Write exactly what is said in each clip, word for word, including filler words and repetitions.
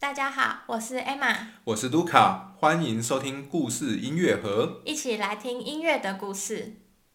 大家好，我是 Emma， 我是卢卡，欢迎收听故事音乐盒， 一起来听音乐的故事。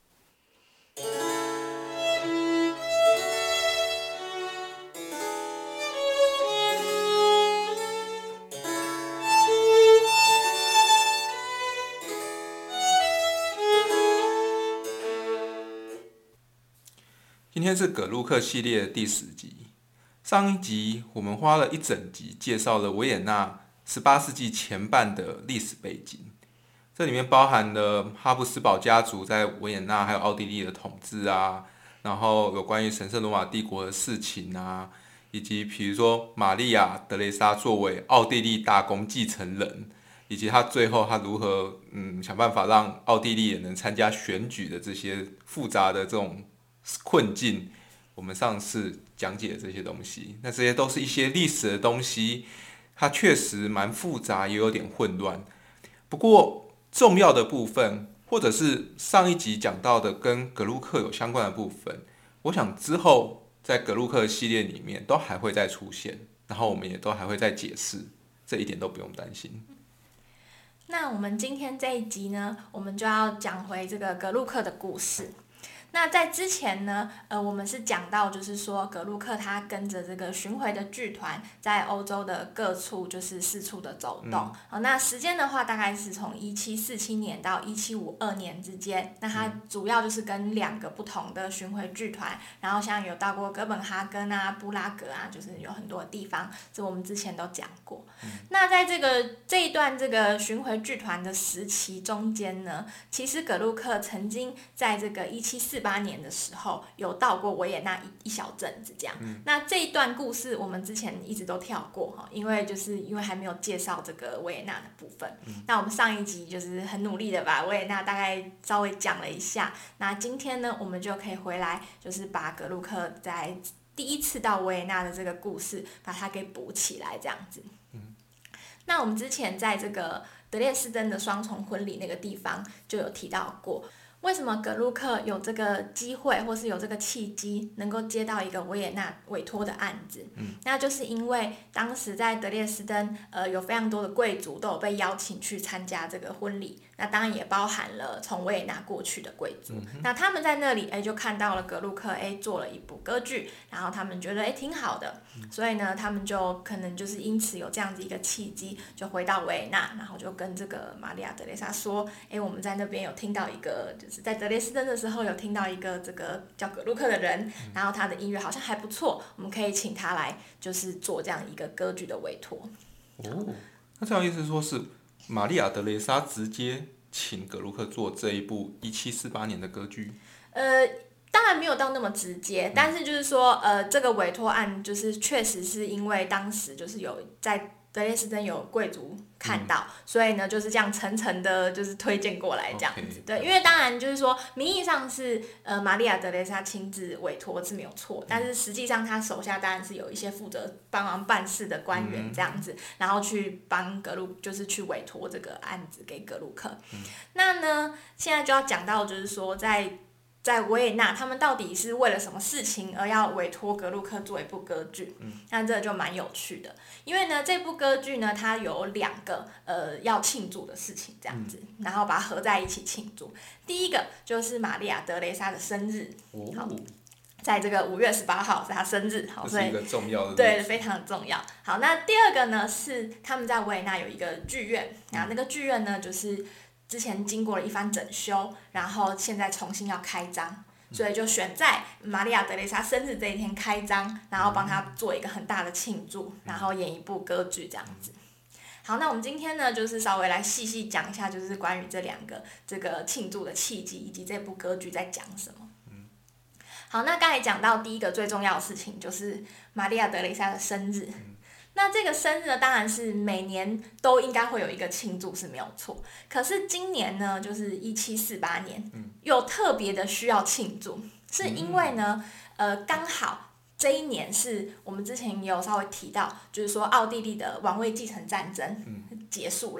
今天是葛路克系列的第十集。上一集我们花了一整集介绍了维也纳十八世纪前半的历史背景，这里面包含了哈布斯堡家族在维也纳还有奥地利的统治啊，然后有关于神圣罗马帝国的事情啊，以及比如说玛利亚德雷莎作为奥地利大公继承人，以及他最后他如何嗯想办法让奥地利也能参加选举的这些复杂的这种困境。我们上次讲解的这些东西，那这些都是一些历史的东西，它确实蛮复杂，也有点混乱。不过重要的部分，或者是上一集讲到的跟格鲁克有相关的部分，我想之后在格鲁克系列里面都还会再出现，然后我们也都还会再解释，这一点都不用担心。 那我们今天这一集呢，我们就要讲回这个格鲁克的故事。那在之前呢，呃，我们是讲到，就是说格鲁克他跟着这个巡回的剧团，在欧洲的各处就是四处的走动。嗯、好，那时间的话，大概是从一七四七年到一七五二年之间。那他主要就是跟两个不同的巡回剧团，然后像有到过哥本哈根啊、布拉格啊，就是有很多地方，这我们之前都讲过。嗯、那在这个这一段这个巡回剧团的时期中间呢，其实格鲁克曾经在这个一七四八年的时候有到过维也纳 一, 一小阵子这样、嗯、那这一段故事我们之前一直都跳过，因为就是因为还没有介绍这个维也纳的部分、嗯、那我们上一集就是很努力的把维也纳大概稍微讲了一下，那今天呢我们就可以回来就是把格鲁克在第一次到维也纳的这个故事把它给补起来这样子、嗯、那我们之前在这个德列斯登的双重婚礼那个地方就有提到过，为什么格鲁克有这个机会或是有这个契机能够接到一个维也纳委托的案子、嗯、那就是因为当时在德列斯登呃有非常多的贵族都有被邀请去参加这个婚礼，那当然也包含了从维也纳过去的贵族、嗯、那他们在那里哎就看到了格鲁克哎做了一部歌剧，然后他们觉得哎挺好的、嗯、所以呢他们就可能就是因此有这样子一个契机，就回到维也纳，然后就跟这个玛利亚德雷莎说，哎我们在那边有听到一个就是在德累斯登的时候有听到一个这个叫格鲁克的人、嗯、然后他的音乐好像还不错，我们可以请他来就是做这样一个歌剧的委托。 哦，那这样意思说是玛利亚德雷莎直接请格鲁克做这一部一七四八年的歌剧？ 呃当然没有到那么直接，但是就是说呃这个委托案就是确实是因为当时就是有在德累斯登有贵族看到、嗯、所以呢就是这样层层的就是推荐过来这样子、okay, 对，因为当然就是说名义上是呃玛利亚德雷莎亲自委托是没有错、嗯、但是实际上他手下当然是有一些负责帮忙办事的官员这样子、嗯、然后去帮格鲁就是去委托这个案子给格鲁克、嗯、那呢现在就要讲到就是说在在维也纳他们到底是为了什么事情而要委托格鲁克做一部歌剧、嗯、那这就蛮有趣的，因为呢这部歌剧呢它有两个呃要庆祝的事情这样子、嗯、然后把它合在一起庆祝。第一个就是玛利亚德雷莎的生日、哦、好，在这个五月十八号是她生日，好， 这是一个重要的日子， 对，非常重要。好，那第二个呢是他们在维也纳有一个剧院，然后那个剧院呢就是之前经过了一番整修，然后现在重新要开张，所以就选在玛利亚德雷莎生日这一天开张，然后帮她做一个很大的庆祝，然后演一部歌剧这样子。好，那我们今天呢就是稍微来细细讲一下，就是关于这两个这个庆祝的契机以及这部歌剧在讲什么。好，那刚才讲到第一个最重要的事情就是玛利亚德雷莎的生日。那这个生日呢，当然是每年都应该会有一个庆祝是没有错。可是今年呢，就是一七四八年，嗯、又特别的需要庆祝，是因为呢，呃，刚好这一年是我们之前也有稍微提到，就是说奥地利的王位继承战争结束了。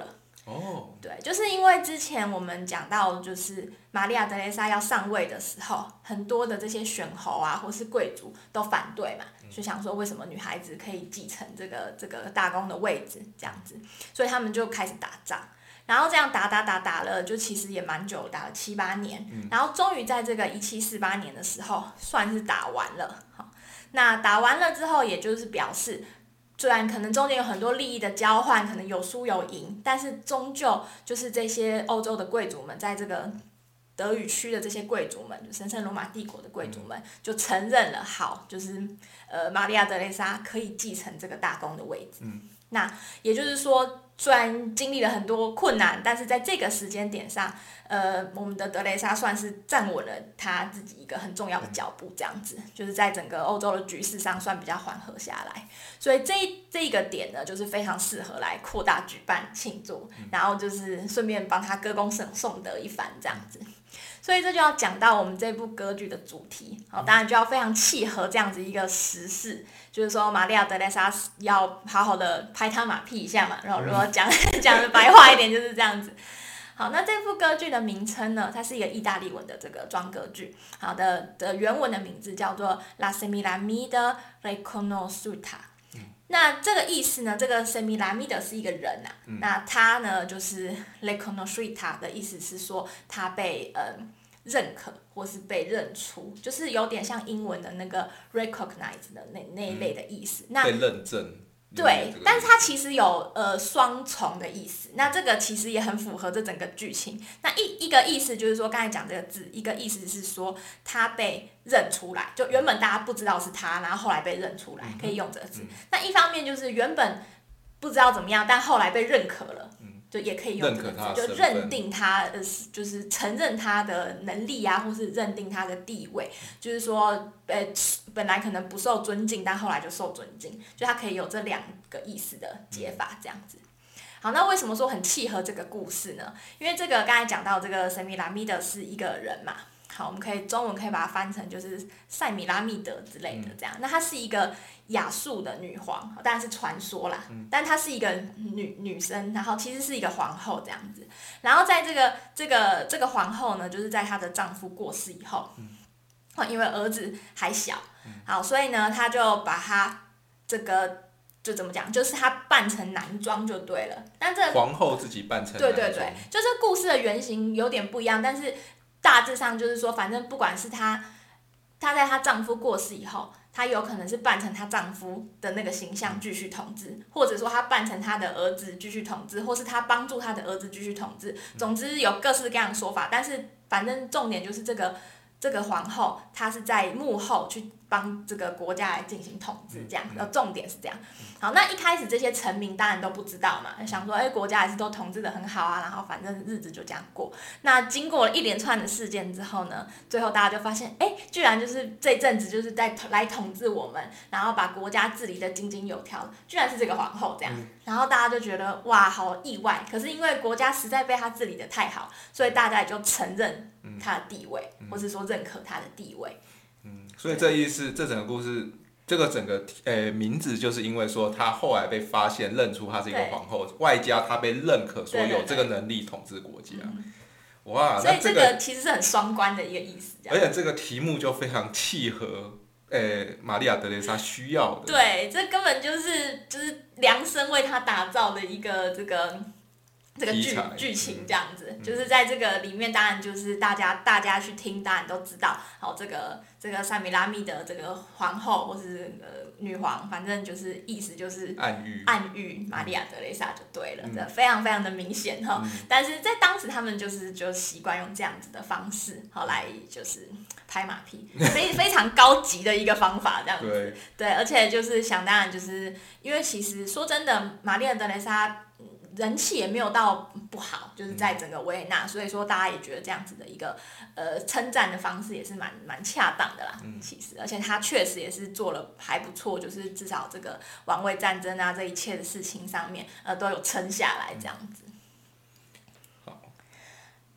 哦， 对，就是因为之前我们讲到，就是玛利亚德蕾莎要上位的时候，很多的这些选侯啊，或是贵族都反对嘛，就想说为什么女孩子可以继承这个这个大公的位置这样子，所以他们就开始打仗。然后这样打打打打了，就其实也蛮久，打了七八年，然后终于在这个一七四八年的时候，算是打完了。好，那打完了之后，也就是表示。虽然可能中间有很多利益的交换，可能有输有赢，但是终究就是这些欧洲的贵族们，在这个德语区的这些贵族们，就神圣罗马帝国的贵族们，就承认了，好，就是呃，玛利亚德蕾莎可以继承这个大公的位置。 嗯， 那也就是说，虽然经历了很多困难，但是在这个时间点上，呃，我们的德蕾莎算是站稳了他自己一个很重要的脚步，这样子，就是在整个欧洲的局势上算比较缓和下来。所以这这一个点呢，就是非常适合来扩大举办庆祝，然后就是顺便帮他歌功颂颂德一番这样子。所以这就要讲到我们这部歌剧的主题，好，当然就要非常契合这样子一个时事，就是说玛利亚德蕾莎要好好的拍他马屁一下嘛，然后如果讲讲的白话一点就是这样子。好，那这部歌剧的名称呢，它是一个意大利文的这个庄歌剧，好的的原文的名字叫做 La Semiramide Riconosciuta。那这个意思呢，这个 Semiramide 是一个人啊，嗯、那他呢就是 Riconosciuta 的意思是说他被呃认可或是被认出，就是有点像英文的那个 recognize 的那那一类的意思。嗯、那被认证。 对，但是它其实有呃双重的意思，那这个其实也很符合这整个剧情。那一一个意思就是说，刚才讲这个字，一个意思是说他被认出来，就原本大家不知道是他，然后后来被认出来，可以用这个字。嗯、那一方面就是原本不知道怎么样，但后来被认可了。就也可以用这个字，就认定他，呃，就是承认他的能力啊，或是认定他的地位，就是说，呃，本来可能不受尊敬，但后来就受尊敬，就他可以有这两个意思的解法，这样子。好，那为什么说很契合这个故事呢？因为这个刚才讲到这个塞米拉米德是一个人嘛，好，我们可以中文可以把它翻成就是塞米拉密德之类的这样。嗯、那她是一个亚述的女皇，当然是传说啦，嗯、但她是一个女女生，然后其实是一个皇后这样子。然后在这个这个这个皇后呢，就是在她的丈夫过世以后，嗯、因为儿子还小，好，所以呢，她就把她这个。就怎么讲，就是她扮成男装就对了。但这皇后自己扮成男装，对对对，就这故事的原型有点不一样，但是大致上就是说，反正不管是她，她在她丈夫过世以后，她有可能是扮成她丈夫的那个形象继续统治，或者说她扮成她的儿子继续统治，或是她帮助她的儿子继续统治。总之有各式各样的说法，但是反正重点就是这个这个皇后，她是在幕后去帮这个国家来进行统治，这样，然后重点是这样。好，那一开始这些臣民当然都不知道嘛，想说，哎、欸，国家还是都统治得很好啊，然后反正日子就这样过。那经过了一连串的事件之后呢，最后大家就发现，哎、欸，居然就是这阵子就是在来统治我们，然后把国家治理得井井有条，居然是这个皇后这样。嗯、然后大家就觉得，哇，好意外。可是因为国家实在被她治理得太好，所以大家也就承认她的地位，嗯、或是说认可她的地位。 嗯，所以这意思，这整个故事。这个整个呃名字就是因为说她后来被发现认出她是一个皇后，外加她被认可说有这个能力统治国家。对对对，哇， 所以这个其实是很双关的一个意思。 而且这个题目就非常契合呃玛利亚德蕾莎需要的。 对，这根本就是就是量身为她打造的一个这个。这个剧剧情这样子，嗯、就是在这个里面，当然就是大家大家去听，当然都知道，好，这个这个塞米拉密的这个皇后或是呃女皇，反正就是意思就是暗喻暗喻玛利亚德蕾莎就对了，这、嗯、非常非常的明显哈。嗯、但是在当时他们就是就习惯用这样子的方式，好来就是拍马屁，非非常高级的一个方法这样子。 对, 对，而且就是想当然就是因为其实说真的，玛利亚德蕾莎。人气也没有到不好，就是在整个维也纳，嗯、所以说大家也觉得这样子的一个呃称赞的方式也是蛮蛮恰当的啦。嗯、其实，而且他确实也是做了还不错，就是至少这个王位战争啊这一切的事情上面，呃都有撑下来这样子。 好，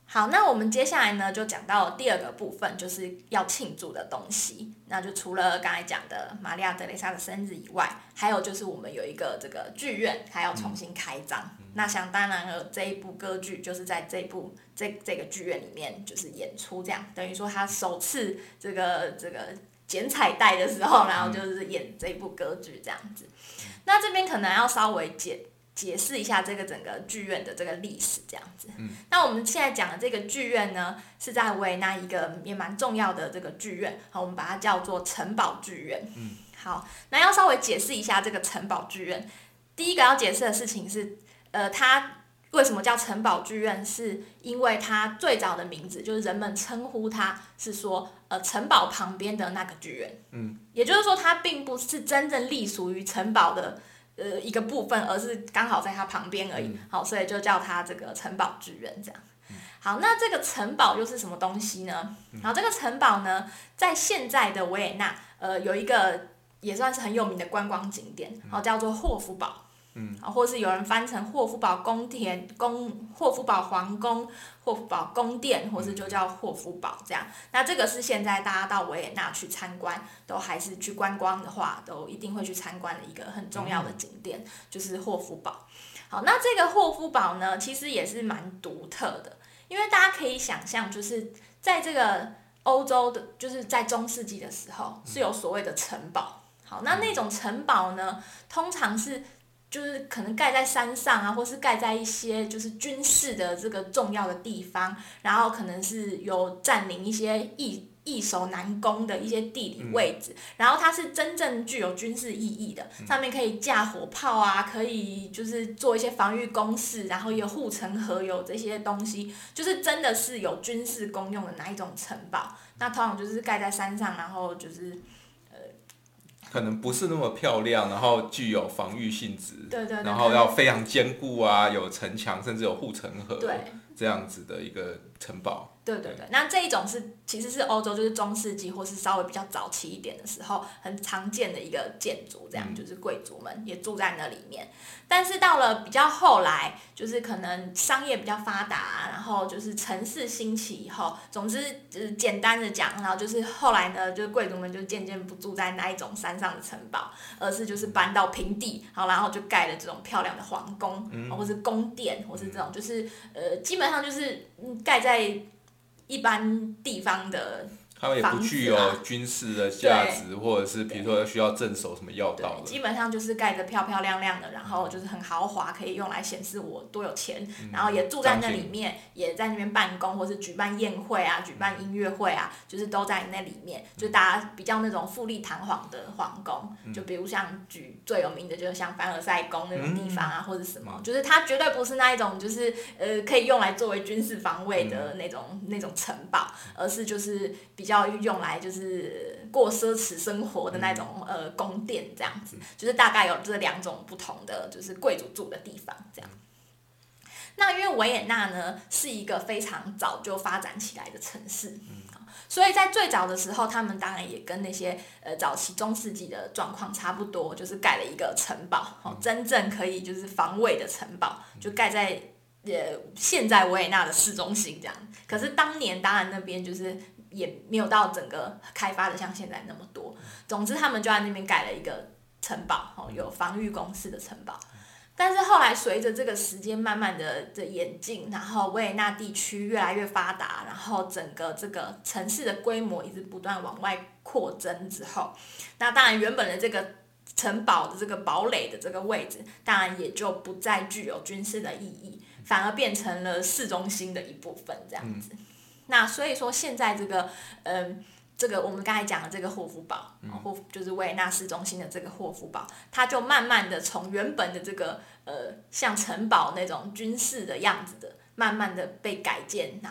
好，那我们接下来呢，就讲到第二个部分，就是要庆祝的东西。那就除了刚才讲的玛利亚德蕾莎的生日以外，还有就是我们有一个这个剧院，还要重新开张。嗯、那想当然了，这一部歌剧就是在这部这这个剧院里面就是演出，这样等于说他首次这个这个剪彩带的时候，然后就是演这部歌剧这样子。那这边可能要稍微解。解释一下这个整个剧院的这个历史，这样子。嗯、那我们现在讲的这个剧院呢，是在维也纳一个也蛮重要的这个剧院，好，我们把它叫做城堡剧院。嗯、好，那要稍微解释一下这个城堡剧院。第一个要解释的事情是，呃，它为什么叫城堡剧院，是因为它最早的名字就是人们称呼它是说，呃，城堡旁边的那个剧院。嗯，也就是说，它并不是真正隶属于城堡的。呃，一个部分，而是刚好在它旁边而已。好，所以就叫它这个城堡剧院这样。好，那这个城堡又是什么东西呢？好，这个城堡呢，在现在的维也纳，呃，有一个也算是很有名的观光景点，好，叫做霍夫堡。嗯，或是有人翻成霍夫堡宫田宫、霍夫堡皇宫、霍夫堡宫殿，或是就叫霍夫堡这样。那这个是现在大家到维也纳去参观，都还是去观光的话，都一定会去参观的一个很重要的景点，嗯、就是霍夫堡。好，那这个霍夫堡呢，其实也是蛮独特的，因为大家可以想象，就是在这个欧洲的，就是在中世纪的时候，是有所谓的城堡。好，那那种城堡呢，通常是就是可能盖在山上啊，或是盖在一些就是军事的这个重要的地方，然后可能是有占领一些易易守难攻的一些地理位置，嗯、然后它是真正具有军事意义的，嗯、上面可以架火炮啊，可以就是做一些防御工事，然后有护城河，有这些东西，就是真的是有军事功用的那一种城堡。那通常就是盖在山上，然后就是。 可能不是那么漂亮，然后具有防御性质， 对对对， 然后要非常坚固啊，有城墙，甚至有护城河， 对， 这样子的一个城堡。 对对对，那这一种是其实是欧洲就是中世纪或是稍微比较早期一点的时候很常见的一个建筑，这样、嗯、就是贵族们也住在那里面。但是到了比较后来，就是可能商业比较发达，然后就是城市兴起以后，总之就是简单的讲，然后就是后来呢，就是贵族们就渐渐不住在那一种山上的城堡，而是就是搬到平地，好，然后就盖了这种漂亮的皇宫，嗯、或是宫殿，或是这种就是呃基本上就是盖在一般地方的他们也不具有军事的价值，或者是比如说需要镇守什么要道的， 基本上就是盖得漂漂亮亮的，然后就是很豪华，可以用来显示我多有钱，嗯、然后也住在那里面，也在那边办公，或是举办宴会啊，举办音乐会啊，就是都在那里面，就大家比较那种富丽堂皇的皇宫，嗯、就比如像举最有名的，就是像凡尔赛宫那种地方啊，嗯、或者什么，就是它绝对不是那一种就是呃可以用来作为军事防卫的那种、嗯、那种城堡，而是就是比较。要用来就是过奢侈生活的那种、嗯、呃宫殿这样子，就是大概有这两种不同的就是贵族住的地方这样。那因为维也纳呢是一个非常早就发展起来的城市，嗯、所以在最早的时候，他们当然也跟那些呃早期中世纪的状况差不多，就是盖了一个城堡，哦、真正可以就是防卫的城堡，就盖在呃现在维也纳的市中心这样。可是当年当然那边就是也没有到整个开发的像现在那么多。总之他们就在那边盖了一个城堡，哦、有防御工事的城堡。但是后来随着这个时间慢慢的的演进，然后维也纳地区越来越发达，然后整个这个城市的规模一直不断往外扩增之后，那当然原本的这个城堡的这个堡垒的这个位置，当然也就不再具有军事的意义，反而变成了市中心的一部分这样子。嗯、那所以说现在这个嗯。这个我们刚才讲的这个霍夫堡，霍就是维也纳市中心的这个霍夫堡，它就慢慢的从原本的这个呃像城堡那种军事的样子的，慢慢的被改建，然后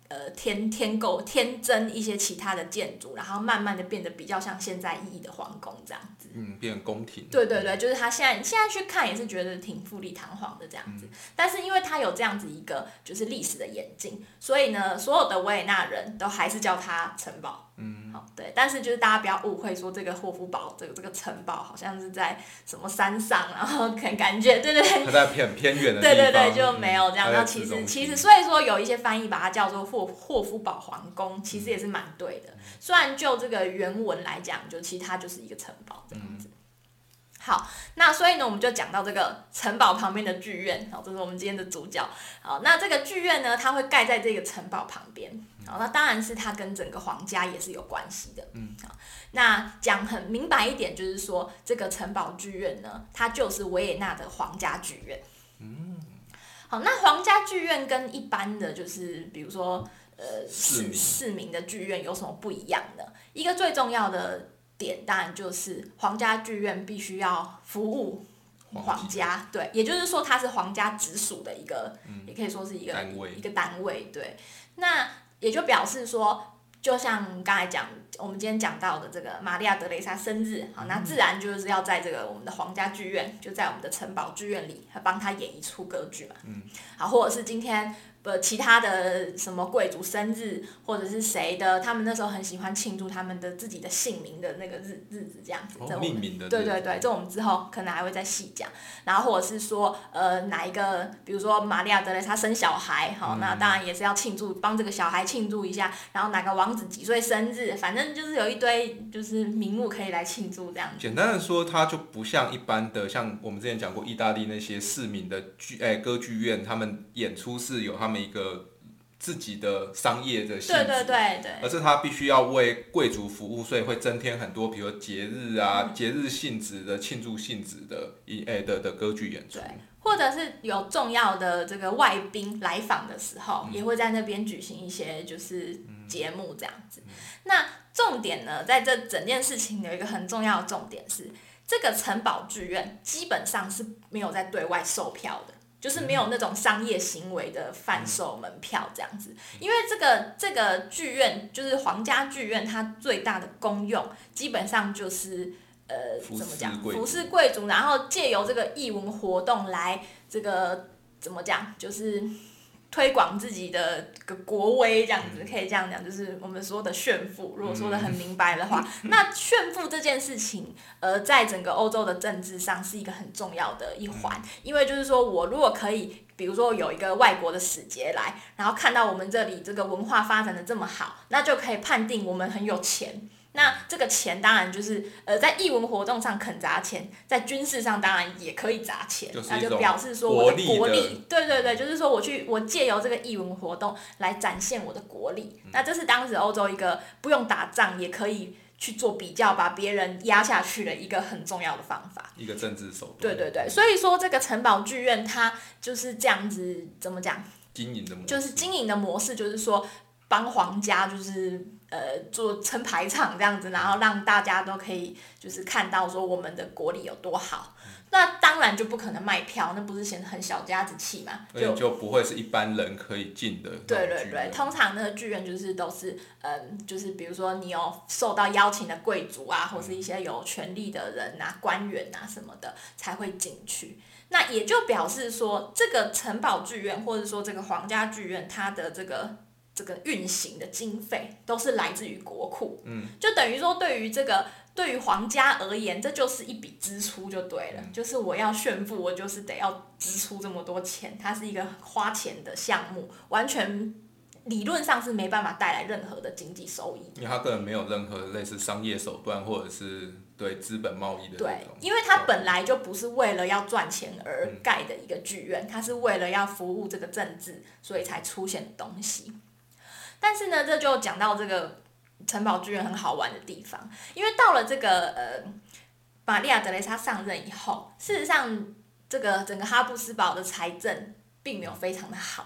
呃添添购添增一些其他的建筑，然后慢慢的变得比较像现在意义的皇宫这样子。 嗯，变成宫廷。 对对对，就是他现在现在去看也是觉得挺富丽堂皇的这样子，嗯、但是因为他有这样子一个就是历史的演进，所以呢，所有的维也纳人都还是叫它城堡。嗯，好，对，但是就是大家不要误会，说这个霍夫堡这个这个城堡好像是在什么山上，然后可能感觉对对对， 它在偏偏远的地方， 对对对，就没有这样。 嗯、 然后其实其实，所以说有一些翻译把它叫做霍霍夫堡皇宫，其实也是蛮对的。虽然就这个原文来讲，就其实它就是一个城堡这样子。嗯好，那所以呢，我们就讲到这个城堡旁边的剧院，好，这是我们今天的主角。好，那这个剧院呢，它会盖在这个城堡旁边，好，那当然是它跟整个皇家也是有关系的。嗯，好，那讲很明白一点，就是说这个城堡剧院呢，它就是维也纳的皇家剧院。嗯，好，那皇家剧院跟一般的就是比如说呃市市民的剧院有什么不一样呢？一个最重要的点当然就是皇家剧院必须要服务皇家，对，也就是说它是皇家直属的一个，嗯、也可以说是一个单位一个单位，对。那也就表示说，就像刚才讲，我们今天讲到的这个玛利亚德蕾莎生日，好，那自然就是要在这个我们的皇家剧院，就在我们的城堡剧院里，帮他演一出歌剧嘛，嗯，好，或者是今天。呃，其他的什么贵族生日，或者是谁的，他们那时候很喜欢庆祝他们的自己的姓名的那个日日子，这样子。 哦，命名的。 对对对，这我们之后可能还会再细讲。然后或者是说，呃，哪一个，比如说玛利亚德蕾莎生小孩，好、嗯，那当然也是要庆祝，帮这个小孩庆祝一下。然后哪个王子几岁生日，反正就是有一堆就是名目可以来庆祝这样子。 简单的说，它就不像一般的，像我们之前讲过意大利那些市民的剧，哎、欸，歌剧院，他们演出是有他们一个自己的商业的性质， 对对对对， 而是他必须要为贵族服务，所以会增添很多，比如说节日啊、 嗯、 节日性质的、庆祝性质的，诶的的歌剧演出。 对，或者是有重要的这个外宾来访的时候，嗯、也会在那边举行一些就是节目这样子。嗯、那重点呢，在这整件事情有一个很重要的重点是，这个城堡剧院基本上是没有在对外售票的。就是没有那种商业行为的贩售门票这样子，因为这个这个剧院就是皇家剧院，它最大的功用基本上就是呃怎么讲，服侍贵族，然后借由这个艺文活动来这个怎么讲，就是推广自己的个国威这样子，可以这样讲，就是我们说的炫富。如果说的很明白的话，嗯、那炫富这件事情，呃，在整个欧洲的政治上是一个很重要的一环，因为就是说我如果可以，比如说有一个外国的使节来，然后看到我们这里这个文化发展的这么好，那就可以判定我们很有钱。那这个钱当然就是呃，在艺文活动上肯砸钱，在军事上当然也可以砸钱， 就是、 那就表示说我的国力，对对对，就是说我去我借由这个艺文活动来展现我的国力，嗯、那这是当时欧洲一个不用打仗也可以去做比较，把别人压下去的一个很重要的方法， 一个政治手段。 对对对，所以说这个城堡剧院它就是这样子，怎么讲？ 经营的模式就是经营的模式，就是说帮皇家就是呃做撑排场这样子，然后让大家都可以就是看到说我们的国力有多好。嗯、那当然就不可能卖票，那不是显得很小家子气嘛？ 就就不会是一般人可以进的。 对对对，通常那个剧院就是都是嗯，就是比如说你有受到邀请的贵族啊，或是一些有权力的人啊、官员啊什么的才会进去。那也就表示说，这个城堡剧院或者说这个皇家剧院，它的这个这个运行的经费都是来自于国库，嗯，就等于说对于这个对于皇家而言，这就是一笔支出就对了，嗯、就是我要炫富，我就是得要支出这么多钱，它是一个花钱的项目，完全理论上是没办法带来任何的经济收益， 因为它根本没有任何类似商业手段或者是对资本贸易的对，因为它本来就不是为了要赚钱而盖的一个剧院，它是为了要服务这个政治，所以才出现的东西。但是呢，这就讲到这个城堡剧院很好玩的地方，因为到了这个呃玛利亚德蕾莎上任以后，事实上这个整个哈布斯堡的财政并没有非常的好。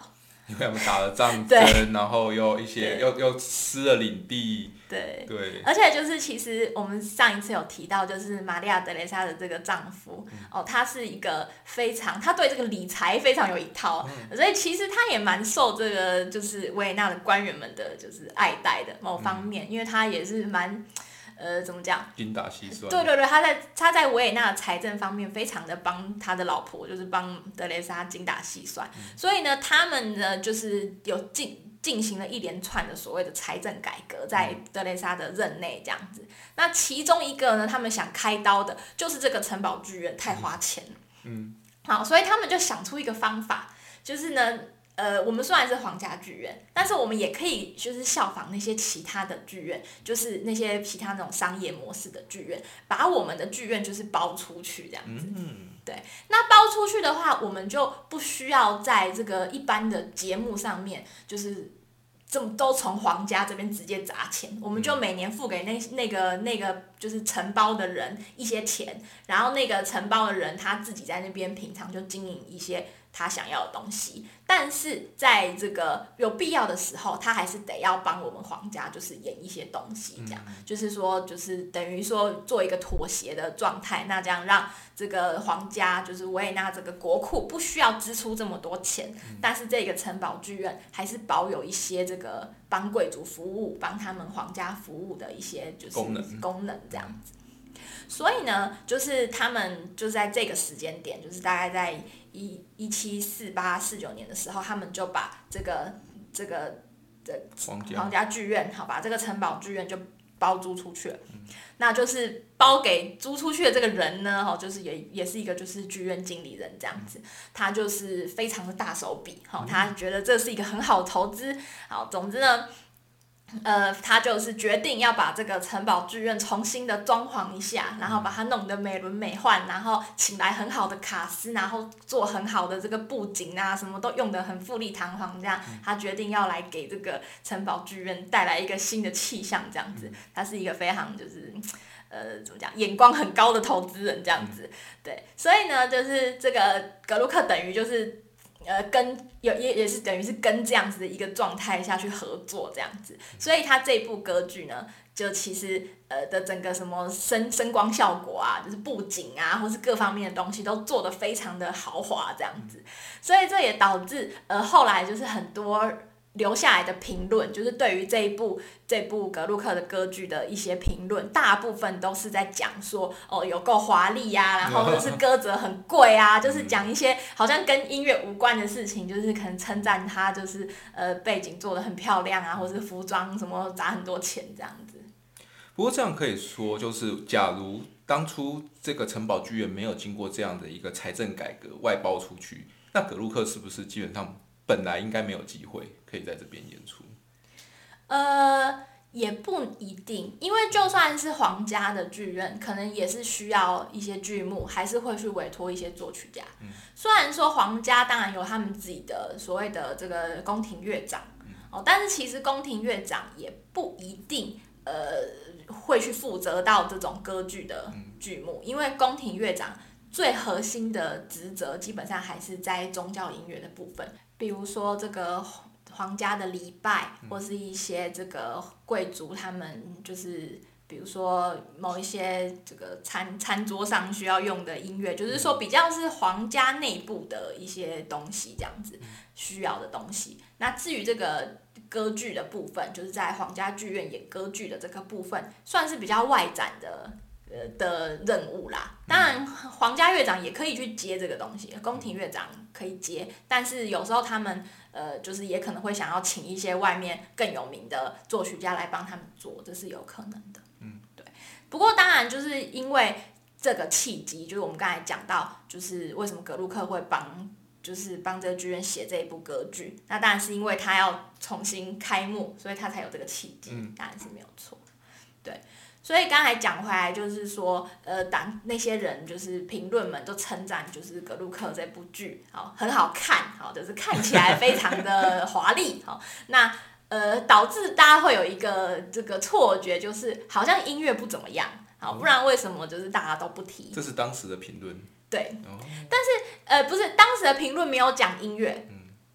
因为他们打了仗争，然后又一些又又失了领地。 对对， 而且就是其实我们上一次有提到，就是玛利亚·德蕾莎的这个丈夫、嗯、哦，他是一个非常，他对这个理财非常有一套，嗯、所以其实他也蛮受这个就是维也纳的官员们的就是爱戴的某方面，嗯、因为他也是蛮。呃，怎么讲？ 精打细算。 对对对，他在他在维也纳的财政方面非常的帮他的老婆，就是帮德蕾莎精打细算。嗯、所以呢，他们呢就是有进进行了一连串的所谓的财政改革，在德蕾莎的任内这样子。那其中一个呢，他们想开刀的就是这个城堡剧院太花钱了。嗯。好，所以他们就想出一个方法，就是呢。呃，我们虽然是皇家剧院，但是我们也可以就是效仿那些其他的剧院，就是那些其他那种商业模式的剧院，把我们的剧院就是包出去这样子。嗯、对，那包出去的话，我们就不需要在这个一般的节目上面，就是这么都从皇家这边直接砸钱，我们就每年付给那那个那个就是承包的人一些钱，然后那个承包的人他自己在那边平常就经营一些。他想要的东西，但是在这个有必要的时候，他还是得要帮我们皇家，就是演一些东西，这样，嗯、就是说，就是等于说做一个妥协的状态，那这样让这个皇家，就是维也纳这个国库不需要支出这么多钱，嗯、但是这个城堡剧院还是保有一些这个帮贵族服务、帮他们皇家服务的一些就是功能，功能这样子。所以呢，就是他们就在这个时间点，就是大概在一一七四八四九年的时候，他们就把这个这个的皇家剧院，好，把这个城堡剧院就包租出去了。嗯、那就是包给租出去的这个人呢，哈，就是也也是一个就是剧院经理人这样子，他就是非常的大手笔，哈，他觉得这是一个很好的投资，好，总之呢。呃，他就是决定要把这个城堡剧院重新的装潢一下，然后把它弄得美轮美奂，然后请来很好的卡司，然后做很好的这个布景啊，什么都用得很富丽堂皇，这样，他决定要来给这个城堡剧院带来一个新的气象，这样子，他是一个非常就是呃怎么讲，眼光很高的投资人这样子，对，所以呢，就是这个格鲁克等于就是。呃，跟有也也是等于是跟这样子的一个状态下去合作这样子，所以他这部歌剧呢，就其实呃的整个什么声声光效果啊，就是布景啊，或是各方面的东西都做得非常的豪华这样子，所以这也导致呃后来就是很多。留下来的评论，就是对于这一部这部格鲁克的歌剧的一些评论，大部分都是在讲说，哦，有够华丽呀，然后就是歌则很贵啊，就是讲一些好像跟音乐无关的事情，就是可能称赞他就是呃背景做得很漂亮啊，或是服装什么砸很多钱这样子。 不过这样可以说，就是假如当初这个城堡剧院没有经过这样的一个财政改革外包出去，那格鲁克是不是基本上？本来应该没有机会可以在这边演出， 呃，也不一定，因为就算是皇家的剧院，可能也是需要一些剧目，还是会去委托一些作曲家。嗯、虽然说皇家当然有他们自己的所谓的这个宫廷乐长，嗯、哦，但是其实宫廷乐长也不一定呃会去负责到这种歌剧的剧目，嗯、因为宫廷乐长最核心的职责基本上还是在宗教音乐的部分。比如说这个皇家的礼拜，或是一些这个贵族他们就是，比如说某一些这个餐餐桌上需要用的音乐，就是说比较是皇家内部的一些东西这样子需要的东西。那至于这个歌剧的部分，就是在皇家剧院演歌剧的这个部分，算是比较外展的。呃的任务啦，当然皇家乐长也可以去接这个东西，宫廷乐长可以接，但是有时候他们呃就是也可能会想要请一些外面更有名的作曲家来帮他们做，这是有可能的。嗯，对。不过当然就是因为这个契机，就是我们刚才讲到，就是为什么格鲁克会帮就是帮这个剧院写这一部歌剧，那当然是因为他要重新开幕，所以他才有这个契机，嗯、当然是没有错。对。所以刚才讲回来，就是说，呃，当那些人就是评论们都称赞，就是格鲁克这部剧，好很好看，好就是看起来非常的华丽，好那呃导致大家会有一个这个错觉，就是好像音乐不怎么样，好不然为什么就是大家都不提？ 这是当时的评论。 对，哦、但是呃不是当时的评论没有讲音乐。嗯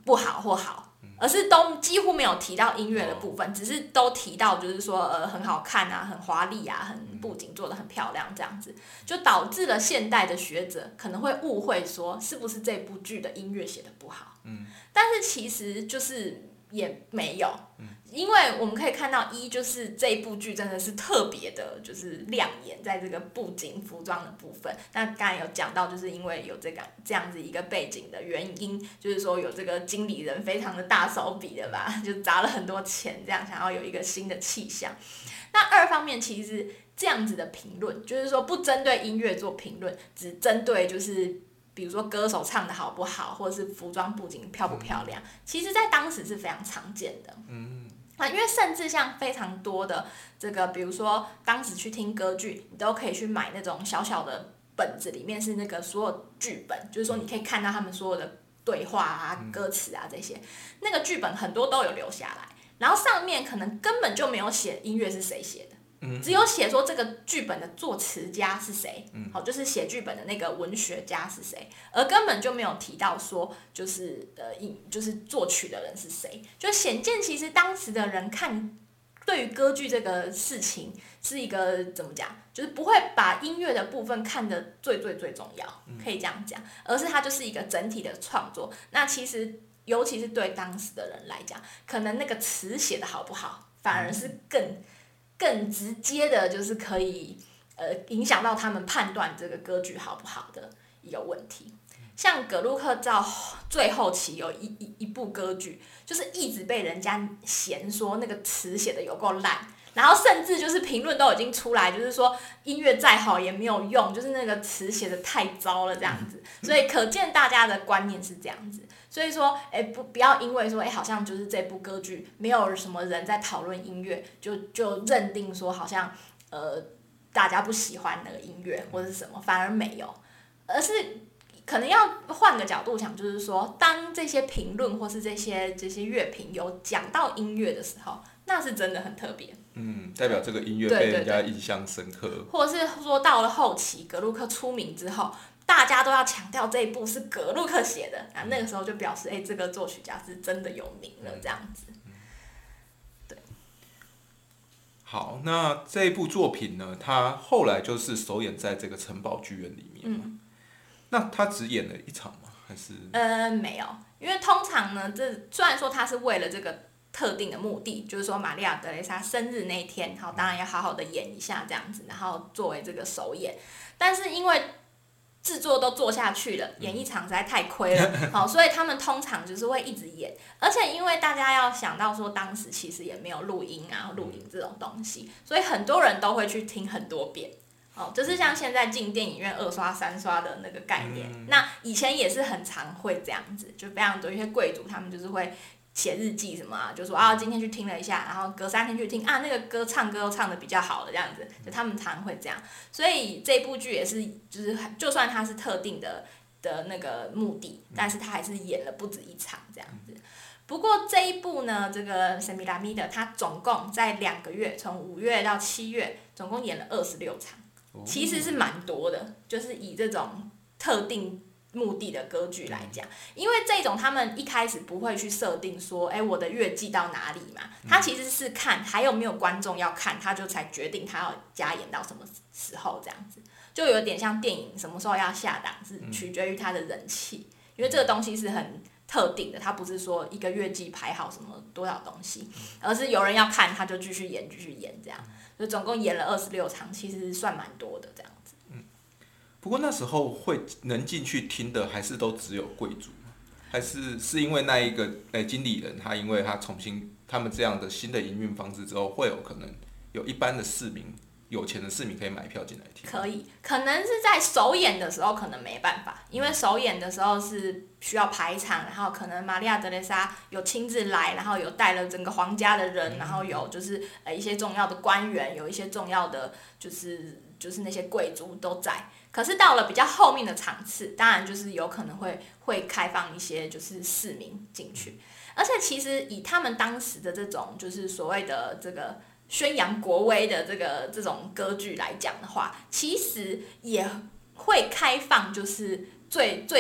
不好或好，而是都几乎没有提到音乐的部分，只是都提到就是说呃很好看啊，很华丽啊，很布景做得很漂亮这样子，就导致了现代的学者可能会误会说是不是这部剧的音乐写得不好，嗯，但是其实就是也没有，因为我们可以看到一就是这一部剧真的是特别的，就是亮眼在这个布景服装的部分。那刚才有讲到，就是因为有这个这样子一个背景的原因，就是说有这个经理人非常的大手笔的吧，就砸了很多钱，这样想要有一个新的气象。那二方面其实这样子的评论，就是说不针对音乐做评论，只针对就是比如说歌手唱的好不好，或者是服装布景漂不漂亮，其实在当时是非常常见的。嗯。啊，因为甚至像非常多的这个，比如说当时去听歌剧，你都可以去买那种小小的本子，里面是那个所有剧本，就是说你可以看到他们所有的对话啊、歌词啊这些，那个剧本很多都有留下来，然后上面可能根本就没有写音乐是谁写的。只有写说这个剧本的作词家是谁，好，就是写剧本的那个文学家是谁，而根本就没有提到说就是呃，就是作曲的人是谁，就显见其实当时的人看对于歌剧这个事情是一个怎么讲，就是不会把音乐的部分看得最最最重要，可以这样讲，而是它就是一个整体的创作。那其实尤其是对当时的人来讲，可能那个词写得好不好，反而是更。更直接的，就是可以呃影响到他们判断这个歌剧好不好的一个问题。像葛路克到最后期有一一一部歌剧，就是一直被人家嫌说那个词写的有够烂，然后甚至就是评论都已经出来，就是说音乐再好也没有用，就是那个词写的太糟了这样子。所以可见大家的观念是这样子。所以说，哎，不不要因为说，哎，好像就是这部歌剧没有什么人在讨论音乐，就就认定说好像呃大家不喜欢那个音乐或者是什么，反而没有，而是可能要换个角度想，就是说，当这些评论或是这些这些乐评有讲到音乐的时候，那是真的很特别。 嗯，代表这个音乐被人家印象深刻。 对对对，或者是说到了后期，葛路克出名之后。大家都要强调这一部是葛路克写的，啊，那个时候就表示，哎，这个作曲家是真的有名了，这样子。对。 好，那这一部作品呢，它后来就是首演在这个城堡剧院里面。嗯。那他只演了一场吗？还是？ 呃，没有，因为通常呢，这虽然说他是为了这个特定的目的，就是说玛利亚·德蕾莎生日那一天，好，当然要好好的演一下这样子，然后作为这个首演，但是因为制作都做下去了，演一场实在太亏了，好，所以他们通常就是会一直演，而且因为大家要想到说，当时其实也没有录音啊、录影这种东西，所以很多人都会去听很多遍，哦，就是像现在进电影院二刷、三刷的那个概念。嗯、那以前也是很常会这样子，就非常多一些贵族他们就是会。写日记什么啊，就说啊今天去听了一下，然后隔三天去听啊那个歌唱歌都唱得比较好的这样子，就他们常会这样，所以这部剧也是就是就算它是特定的的那个目的，但是他还是演了不止一场这样子。不过这一部呢，这个《Semiramide》它总共在两个月，从五月到七月，总共演了二十六场，其实是蛮多的，就是以这种特定。目的的歌剧来讲，因为这种他们一开始不会去设定说，哎，我的乐季到哪里嘛？他其实是看还有没有观众要看，他就才决定他要加演到什么时候这样子，就有点像电影什么时候要下档是取决于它的人气，因为这个东西是很特定的，它不是说一个乐季排好什么多少东西，而是有人要看他就继续演继续演这样，所以总共演了二十六场，其实算蛮多的这样。 不过那时候会能进去听的，还是都只有贵族吗？还是是因为那一个诶、欸、经理人，他因为他重新他们这样的新的营运方式之后，会有可能有一般的市民、有钱的市民可以买票进来听？ 可以，可能是在首演的时候可能没办法，因为首演的时候是需要排场，然后可能玛利亚·德蕾莎有亲自来，然后有带了整个皇家的人，然后有就是呃一些重要的官员，有一些重要的就是就是那些贵族都在。可是到了比较后面的场次，当然就是有可能会会开放一些就是市民进去，而且其实以他们当时的这种就是所谓的这个宣扬国威的这个这种歌剧来讲的话，其实也会开放就是最最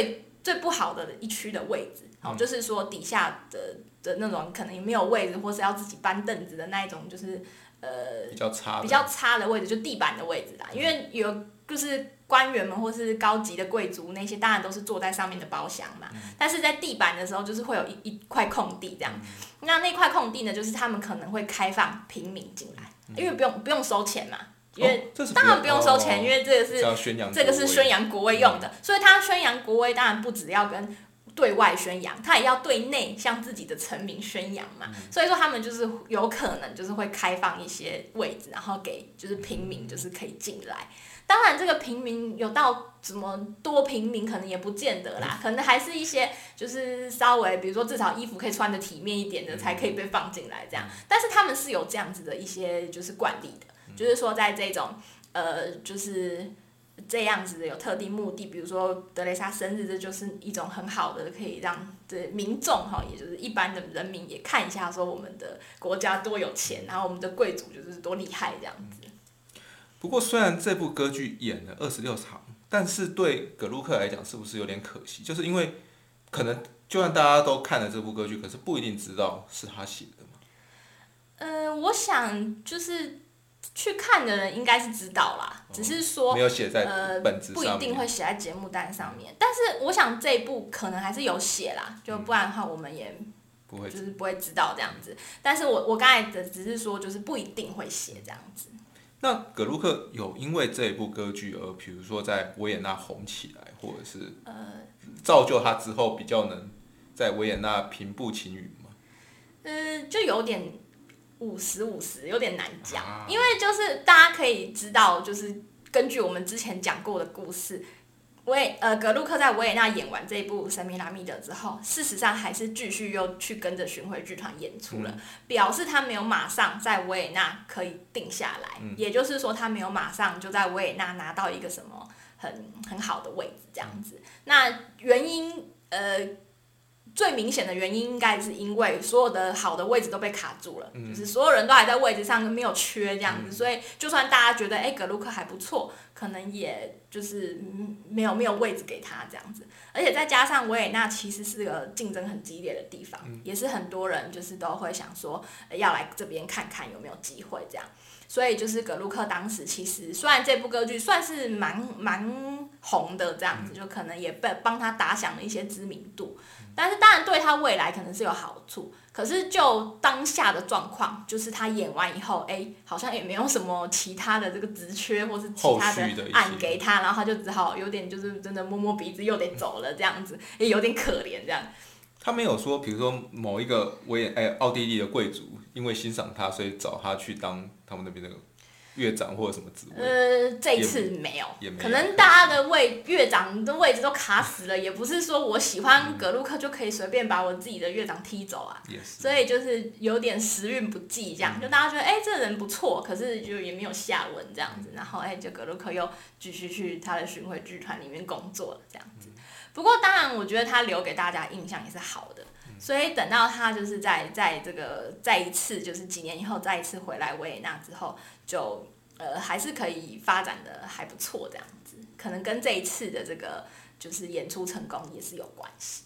最不好的一区的位置，好、嗯，就是说底下的的那种可能也没有位置，或是要自己搬凳子的那一种，就是呃比较差比较差的位置，就地板的位置啦。因为有就是官员们或是高级的贵族那些，当然都是坐在上面的包厢嘛。嗯、但是在地板的时候，就是会有一一块空地这样。嗯、那那块空地呢，就是他们可能会开放平民进来，嗯、因为不用不用收钱嘛。因为当然不用收钱， 哦、 因为这个是这个是宣扬国威用的，嗯、所以他宣扬国威当然不只要跟对外宣扬，他也要对内向自己的臣民宣扬嘛。嗯、所以说他们就是有可能就是会开放一些位置，然后给就是平民就是可以进来。当然这个平民有到怎么多平民可能也不见得啦，可能还是一些就是稍微比如说至少衣服可以穿得体面一点的才可以被放进来这样。但是他们是有这样子的一些就是惯例的。就是说，在这种呃，就是这样子的有特定目的，比如说德蕾莎生日，这就是一种很好的可以让这民众哈，也就是一般的人民也看一下，说我们的国家多有钱，然后我们的贵族就是多厉害这样子。 不过，虽然这部歌剧演了二十六场，但是对葛路克来讲，是不是有点可惜？就是因为可能就算大家都看了这部歌剧，可是不一定知道是他写的嘛。 嗯、呃，我想就是。去看的人应该是知道啦，只是说、 哦、没有写在本子上面、 呃、不一定会写在节目单上面。但是我想这一部可能还是有写啦，就不然的话我们也不会就是不会知道这样子。但是我我刚才的只是说就是不一定会写这样子。 那葛路克有因为这一部歌剧而比如说在维也纳红起来，或者是造就他之后比较能在维也纳平步青云吗？ 呃，就有点。五十五十有点难讲，啊、因为就是大家可以知道，就是根据我们之前讲过的故事，维呃葛路克在维也纳演完这一部《神明拉密德》之后，事实上还是继续又去跟着巡回剧团演出了，嗯、表示他没有马上在维也纳可以定下来，嗯、也就是说他没有马上就在维也纳拿到一个什么很很好的位置这样子。嗯、那原因呃。最明显的原因应该是因为所有的好的位置都被卡住了，嗯、就是所有人都还在位置上，没有缺这样子，嗯、所以就算大家觉得哎葛路克还不错，可能也就是没有没有位置给他这样子，而且再加上维也纳其实是个竞争很激烈的地方，嗯、也是很多人就是都会想说要来这边看看有没有机会这样。所以就是葛路克当时其实虽然这部歌剧算是蛮蛮红的这样子，嗯、就可能也被帮他打响了一些知名度，嗯、但是当然对他未来可能是有好处。可是就当下的状况，就是他演完以后，哎，好像也没有什么其他的这个职缺或是其他的案给他，然后他就只好有点就是真的摸摸鼻子又得走了这样子，也有点可怜这样。 他没有说，比如说某一个维也哎奥地利的贵族，因为欣赏他，所以找他去当他们那边的乐长或者什么职位。 呃，这一次没有，没有可能大家的位乐长的位置都卡死了，也不是说我喜欢葛路克就可以随便把我自己的乐长踢走啊。 嗯、 所以就是有点时运不济这样，嗯、就大家觉得哎、欸、这个人不错，可是就也没有下文这样子，然后哎、欸、就葛路克又继续去他的巡回剧团里面工作了这样子。嗯不过当然，我觉得他留给大家印象也是好的，嗯、所以等到他就是在在这个再一次就是几年以后再一次回来维也纳之后，就呃还是可以发展的还不错这样子，可能跟这一次的这个就是演出成功也是有关系。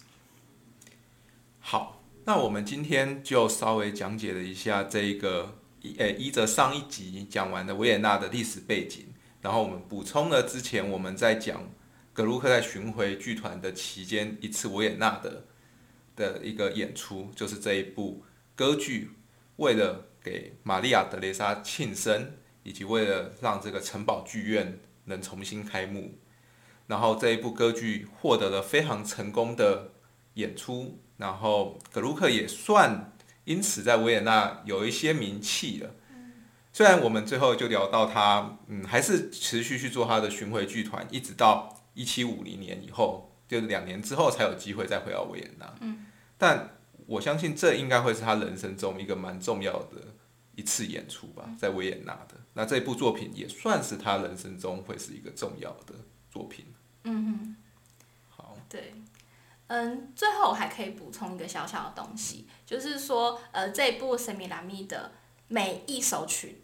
好，那我们今天就稍微讲解了一下这一个呃依着上一集讲完的维也纳的历史背景，然后我们补充了之前我们在讲。葛路克在巡回剧团的期间，一次维也纳的的一个演出，就是这一部歌剧，为了给玛利亚·德蕾莎庆生，以及为了让这个城堡剧院能重新开幕，然后这一部歌剧获得了非常成功的演出，然后葛路克也算因此在维也纳有一些名气了。虽然我们最后就聊到他，嗯，还是持续去做他的巡回剧团，一直到一七五零年以后，就两年之后才有机会再回到维也纳。嗯，但我相信这应该会是他人生中一个蛮重要的一次演出吧，在维也纳的。那这部作品也算是他人生中会是一个重要的作品。 嗯哼， 好， 对，嗯，最后我还可以补充一个小小的东西，就是说，呃，这部《神米拉米》的每一首曲子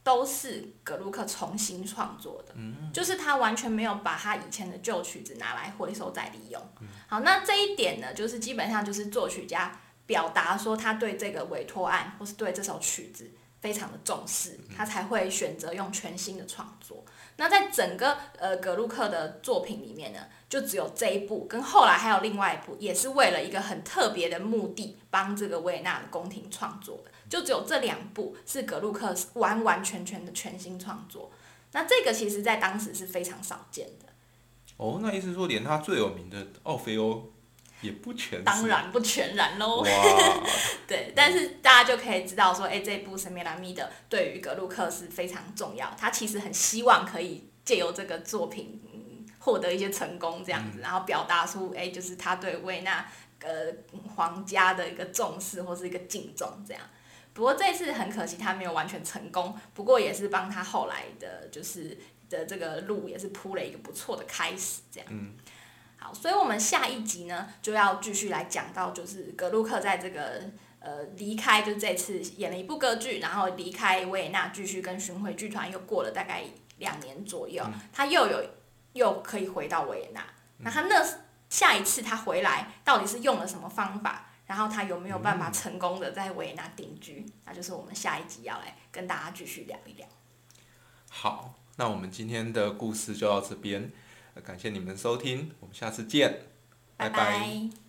都是葛鲁克重新创作的，嗯、就是他完全没有把他以前的旧曲子拿来回收再利用。嗯、好，那这一点呢，就是基本上就是作曲家表达说他对这个委托案或是对这首曲子非常的重视，他才会选择用全新的创作。那在整个呃葛鲁克的作品里面呢，就只有这一部跟后来还有另外一部，也是为了一个很特别的目的，帮这个维也纳的宫廷创作的。就只有这两部是葛鲁克完完全全的全新创作。那这个其实在当时是非常少见的。 哦，那意思说连他最有名的奥菲欧也不全是？ 当然不全然喽。 哇对，但是大家就可以知道说，哎，这部《神秘拉米的》对于葛鲁克是非常重要，他其实很希望可以借由这个作品、嗯、获得一些成功这样子，嗯、然后表达出哎，就是他对维也纳呃皇家的一个重视或是一个敬重这样。不过这次很可惜他没有完全成功，不过也是帮他后来的就是的这个路也是铺了一个不错的开始这样。 嗯好，所以我们下一集呢就要继续来讲到，就是葛鲁克在这个呃离开，就这次演了一部歌剧，然后离开维也纳，继续跟巡回剧团又过了大概两年左右，嗯、他又有又可以回到维也纳。嗯、那他那下一次他回来到底是用了什么方法？然后他有没有办法成功的在维也纳定居？嗯、那就是我们下一集要来跟大家继续聊一聊。 好，那我们今天的故事就到这边。感谢你们的收听，我们下次见，拜拜。 拜拜。